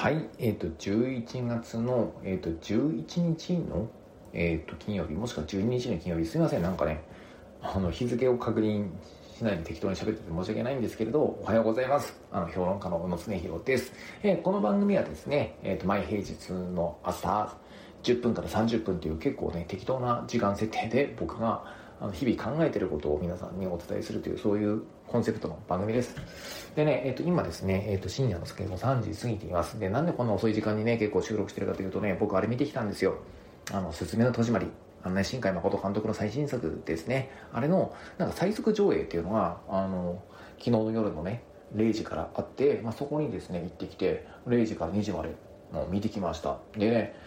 はい、11月の、11日の、金曜日、もしくは12日の金曜日、すいません、なんかね、日付を確認しないで適当に喋ってて申し訳ないんですけれど、おはようございます。評論家の宇野恒弘です。この番組はですね、毎平日の朝、10分から30分という結構ね、適当な時間設定で僕が日々考えていることを皆さんにお伝えするという、そういうコンセプトの番組です。でね、今ですね、深夜の結構3時過ぎています。で、なんでこんな遅い時間にね、結構収録してるかというとね、僕あれ見てきたんですよ。すずめの戸締まり。新海誠監督の最新作ですね。あれの、なんか最速上映っていうのが、昨日の夜のね、0時からあって、そこにですね、行ってきて、0時から2時までもう見てきました。でね、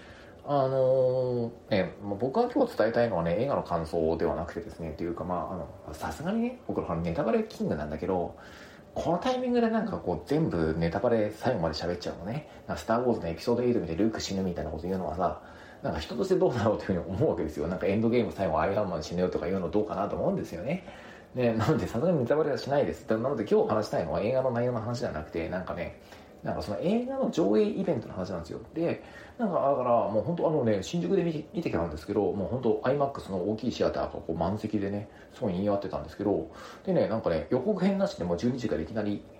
僕が今日伝えたいのはね、映画の感想ではなくてですね、というかさすがにね、僕のネタバレキングなんだけど、このタイミングでなんかこう全部ネタバレ最後まで喋っちゃうのね。スターウォーズのエピソード8見てルーク死ぬみたいなこと言うのはさ、なんか人としてどうだろうというふうに思うわけですよ。なんかエンドゲーム最後アイアンマン死ぬよとか言うのどうかなと思うんですよね。で、なのでさすがにネタバレはしないです。なので今日話したいのは映画の内容の話じゃなくて、なんかその映画の上映イベントの話なんですよ。で、なんかだからもう本当新宿で見てきたんですけど、もう本当 IMAX の大きいシアターがこう満席でね、すごい賑わってたんですけど、でね、なんかね、予告編なしでもう12時からいきなり、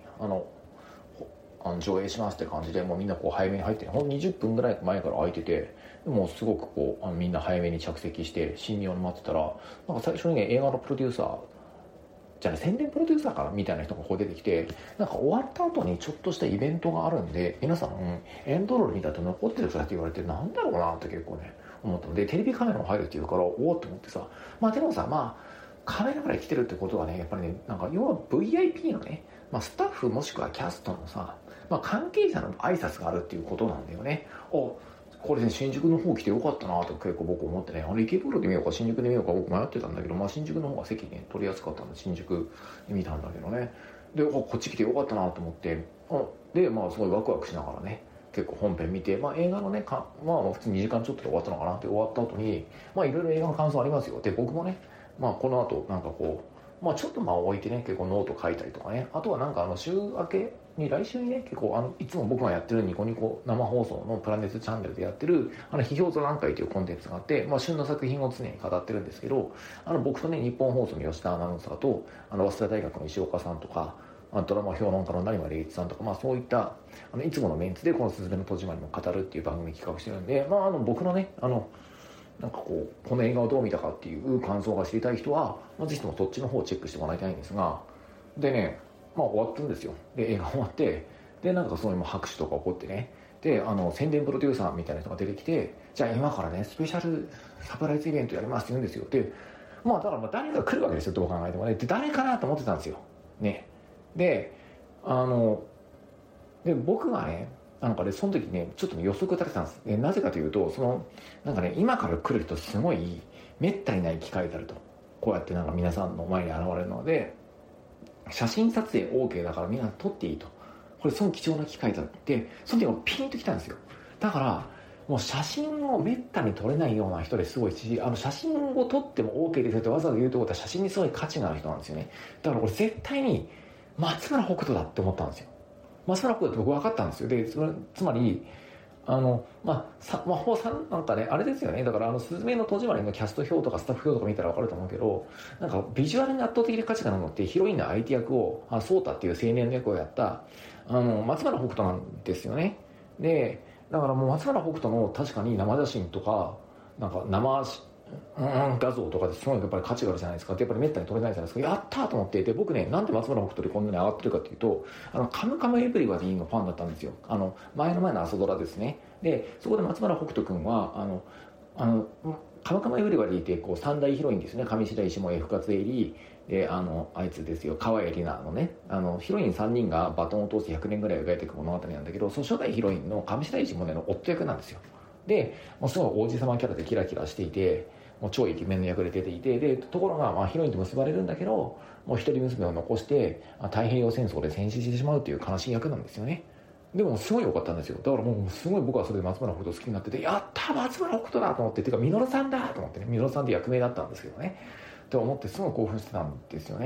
上映しますって感じで、もうみんなこう早めに入ってね、ほんと20分ぐらい前から空いてて、もうすごくこう、みんな早めに着席して新入を待ってたら、なんか最初にね、映画のプロデューサー、じゃあね、宣伝プロデューサーかなみたいな人がこう出てきて、なんか終わった後にちょっとしたイベントがあるんで、皆さん、エンドロール見たと残ってる人だって言われて、なんだろうなって結構ね、思ったので、テレビカメラも入るって言うから、おおって思ってさ、でもさ、カメラから来てるってことはね、やっぱりね、なんか要は VIP のね、スタッフもしくはキャストのさ、関係者の挨拶があるっていうことなんだよね。これね、新宿の方来てよかったなと結構僕思ってね、池袋で見ようか新宿で見ようか僕迷ってたんだけど、新宿の方が席ね、取りやすかったんで新宿で見たんだけどね。で、こっち来てよかったなと思って、で、すごいワクワクしながらね、結構本編見て、映画のね、普通に2時間ちょっとで終わったのかなって終わった後に、いろいろ映画の感想ありますよ。で、僕もね、この後、なんかこう、ちょっと置いてね、結構ノート書いたりとかね。あとはなんか週明けに、来週にね、結構いつも僕がやってるニコニコ生放送のプラネットチャンネルでやってる、批評座談会というコンテンツがあって、旬の作品を常に語ってるんですけど、僕とね、日本放送の吉田アナウンサーと、早稲田大学の石岡さんとか、ドラマ評論家の成間礼一さんとか、そういった、いつものメンツでこのすずめの戸締まりも語るっていう番組企画してるんで、僕のね、なんかこの映画をどう見たかっていう感想が知りたい人は、ぜひともそっちの方をチェックしてもらいたいんですが、でね、終わったんですよ。で、映画終わって、で、なんかそういう拍手とか起こってね、で、宣伝プロデューサーみたいな人が出てきて、じゃあ今からね、スペシャルサプライズイベントやりますって言うんですよ。で、だから誰が来るわけですよ、どう考えてもね。で、誰かなと思ってたんですよ。ね。で、僕がね、その時ね、ちょっとね、予測立てたんです。なぜかというと、今から来る人すごい、めったにない機会であると。こうやってなんか皆さんの前に現れるので、写真撮影 OK だからみんな撮っていいと。これすごい貴重な機会だって、その時もピンときたんですよ。だから、もう写真をめったに撮れないような人ですごいし、写真を撮っても OK ですよってわざわざ言うってことは写真にすごい価値がある人なんですよね。だからこれ絶対に松村北斗だって思ったんですよ。松村北斗って僕分かったんですよ。で、つまり、なんかね、あれですよね。だから、すずめの戸締まりのキャスト表とかスタッフ表とか見たら分かると思うけど、なんか、ビジュアルに圧倒的に価値があるのって、ヒロインの相手役を、ソータっていう青年の役をやった、松村北斗なんですよね。で、だからもう松村北斗の確かに生写真とか、なんか画像とかですごいやっぱり価値があるじゃないですか。やっぱり滅多に撮れないじゃないですか。やったーと思って。で、僕ね、なんで松村北斗でこんなに上がってるかっていうと、カムカムエヴリバディのファンだったんですよ。前の朝ドラですね。で、そこで松村北斗くんは、カムカムエヴリバディってこう三大ヒロインですね。上白石萌、深津絵里、で、あいつですよ、川栄李奈のね、ヒロイン3人がバトンを通して100年ぐらい描いていく物語なんだけど、その初代ヒロインの上白石萌音の夫役なんですよ。で、もうすごい王子様キャラでキラキラしていて、もう超イケメンの役で出ていて、で、ところが、ヒロインと結ばれるんだけど、もう一人娘を残して、太平洋戦争で戦死してしまうという悲しい役なんですよね。でも、すごい良かったんですよ。だからもう、すごい僕はそれで松村北斗好きになってて、やった松村北斗だと思って、てか、ミノルさんだと思ってね、ミノルさんって役名だったんですけどね。って思ってすごい興奮してたんですよね。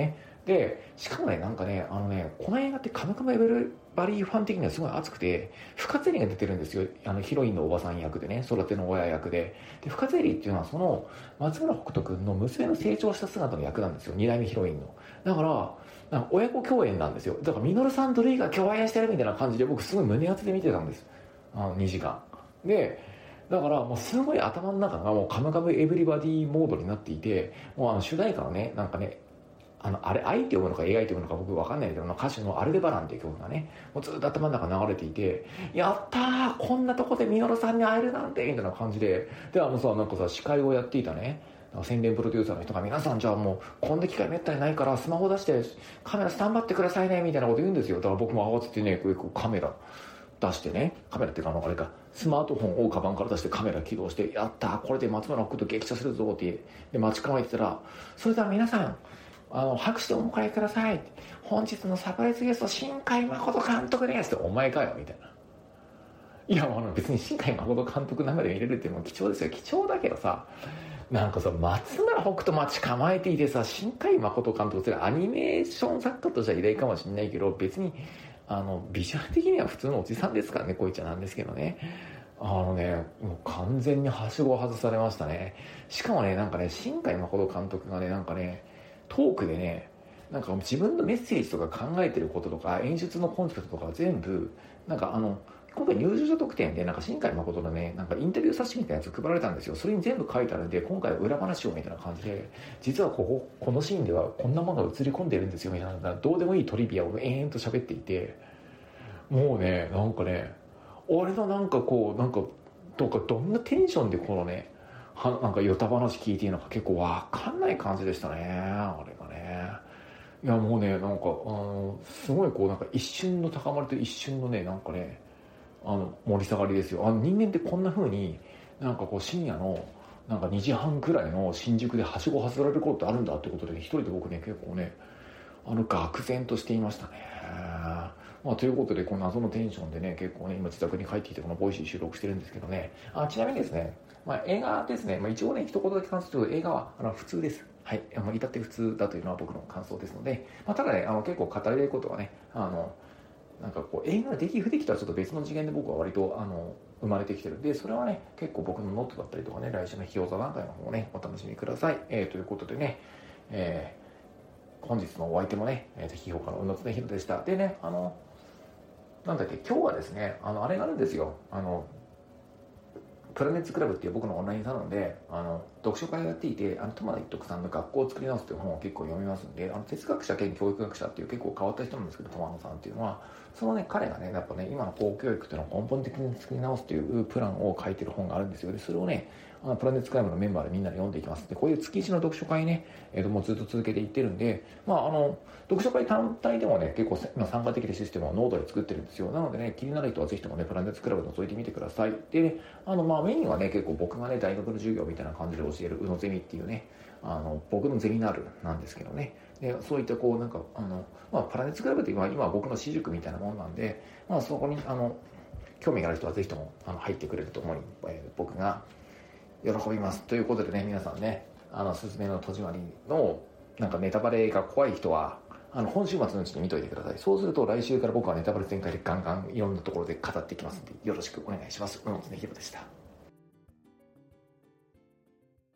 で、しかもね、なんかね、この映画ってカムカムエヴリバディファン的にはすごい熱くて、深津絵里が出てるんですよ。ヒロインのおばさん役でね、育ての親役で。で、深津絵里っていうのはその、松村北斗くんの娘の成長した姿の役なんですよ。二代目ヒロインの。だから、なんか親子共演なんですよ。だから、ミノルさんとルイが共演してるみたいな感じで、僕すごい胸熱で見てたんです。2時間。で、だからもうすごい頭の中がもうカムカムエヴリバディモードになっていて、もう主題歌のね、なんかね、あれ、愛って読むのか描いて読むのか僕わかんないけど、歌手のアルデバランっていう曲がね、もうずっと頭の中流れていて、やったーこんなとこでミノルさんに会えるなんてみたいな感じで、で、なんかさ、司会をやっていたね、宣伝プロデューサーの人が皆さんじゃあもう、こんな機会めったにないからスマホ出してカメラスタンバってくださいね、みたいなこと言うんですよ。だから僕も慌ててね、こうカメラ出してね、カメラっていうかあれか、スマートフォンをカバンから出してカメラ起動して、やったーこれで松村北斗激写するぞって、で、待ち構えてたら、それでは皆さん、拍手でお迎えください。本日のサプライズゲスト、新海誠監督です。お前かよ、みたいな。いや、別に新海誠監督生で見れるっていうのも貴重ですよ。貴重だけどさ、なんかさ、松村北斗待ち構えていてさ、新海誠監督ってアニメーション作家としては偉大かもしれないけど、別に、ビジュアル的には普通のおじさんですからね、こいつはなんですけどね。もう完全にはしごを外されましたね。しかもね、なんかね、新海誠監督がね、なんかね、トークでね、なんか自分のメッセージとか考えてることとか演出のコンセプトとか全部、なんか今回入場者特典でなんか新海誠のね、なんかインタビュー冊子みたいなやつ配られたんですよ。それに全部書いてあるんで、今回は裏話をみたいな感じで、実はこのシーンではこんなものが映り込んでるんですよみたいな、どうでもいいトリビアを延々と喋っていて、もうね、なんかね、俺のなんかこう、なんか、どんなテンションでこのね、なんかヨタ話聞いていいのか結構わかんない感じでしたね、あれがね。いやもうね、なんか、すごいこうなんか一瞬の高まりと一瞬のね、なんかね、盛り下がりですよ。人間ってこんな風に、なんかこう深夜の、なんか2時半くらいの新宿ではしご外されることってあるんだってことで、一人で僕ね、結構ね、愕然としていましたね。ということで、この謎のテンションでね、結構ね、今自宅に帰ってきてこのボイシー収録してるんですけどね。ちなみにですね、映画ですね、一応ね、一言だけ感想すると、映画は普通です。はい。至って普通だというのは僕の感想ですので、ただね、結構語りたいことはね、なんかこう、映画の出来不出来とはちょっと別の次元で僕は割と、生まれてきてるんで、それはね、結構僕のノートだったりとかね、来週の費用座談会の方をね、お楽しみください。ということでね、本日のお相手もね、批評家の宇野恒弘でした。でね、なんだっけ、今日はですね、あれがあるんですよ。プラネッツクラブっていう僕のオンラインサロンで、読書会をやっていて、友田一徳さんの学校を作り直すという本を結構読みますんで、哲学者兼教育学者っていう結構変わった人なんですけど、友野さんっていうのは、そのね、彼がね、やっぱね、今の公教育っていうのを根本的に作り直すというプランを書いてる本があるんですよ。で、それをね、プラネッツクラブのメンバーでみんなで読んでいきます。で、こういう月一の読書会ね、もうずっと続けていってるんで、読書会単体でもね、結構今参加できるシステムをノードで作ってるんですよ。なのでね、気になる人はぜひともね、プラネッツクラブ覗いてみてください。で、ね、メインはね、結構僕がね、大学の授業みたいな感じで教える宇野ゼミっていうね、僕のゼミナールなんですけどね。で、そういったこう、なんか、プラネッツクラブって今僕の私塾みたいなものなんで、そこに、興味がある人はぜひとも、入ってくれると思い、僕が喜びます。ということでね、皆さんね、すずめの戸締まりの、なんかネタバレが怖い人は、今週末のうちに見といてください。そうすると来週から僕はネタバレ全開でガンガンいろんなところで語っていきますんで、よろしくお願いします。宇野恒弘でした。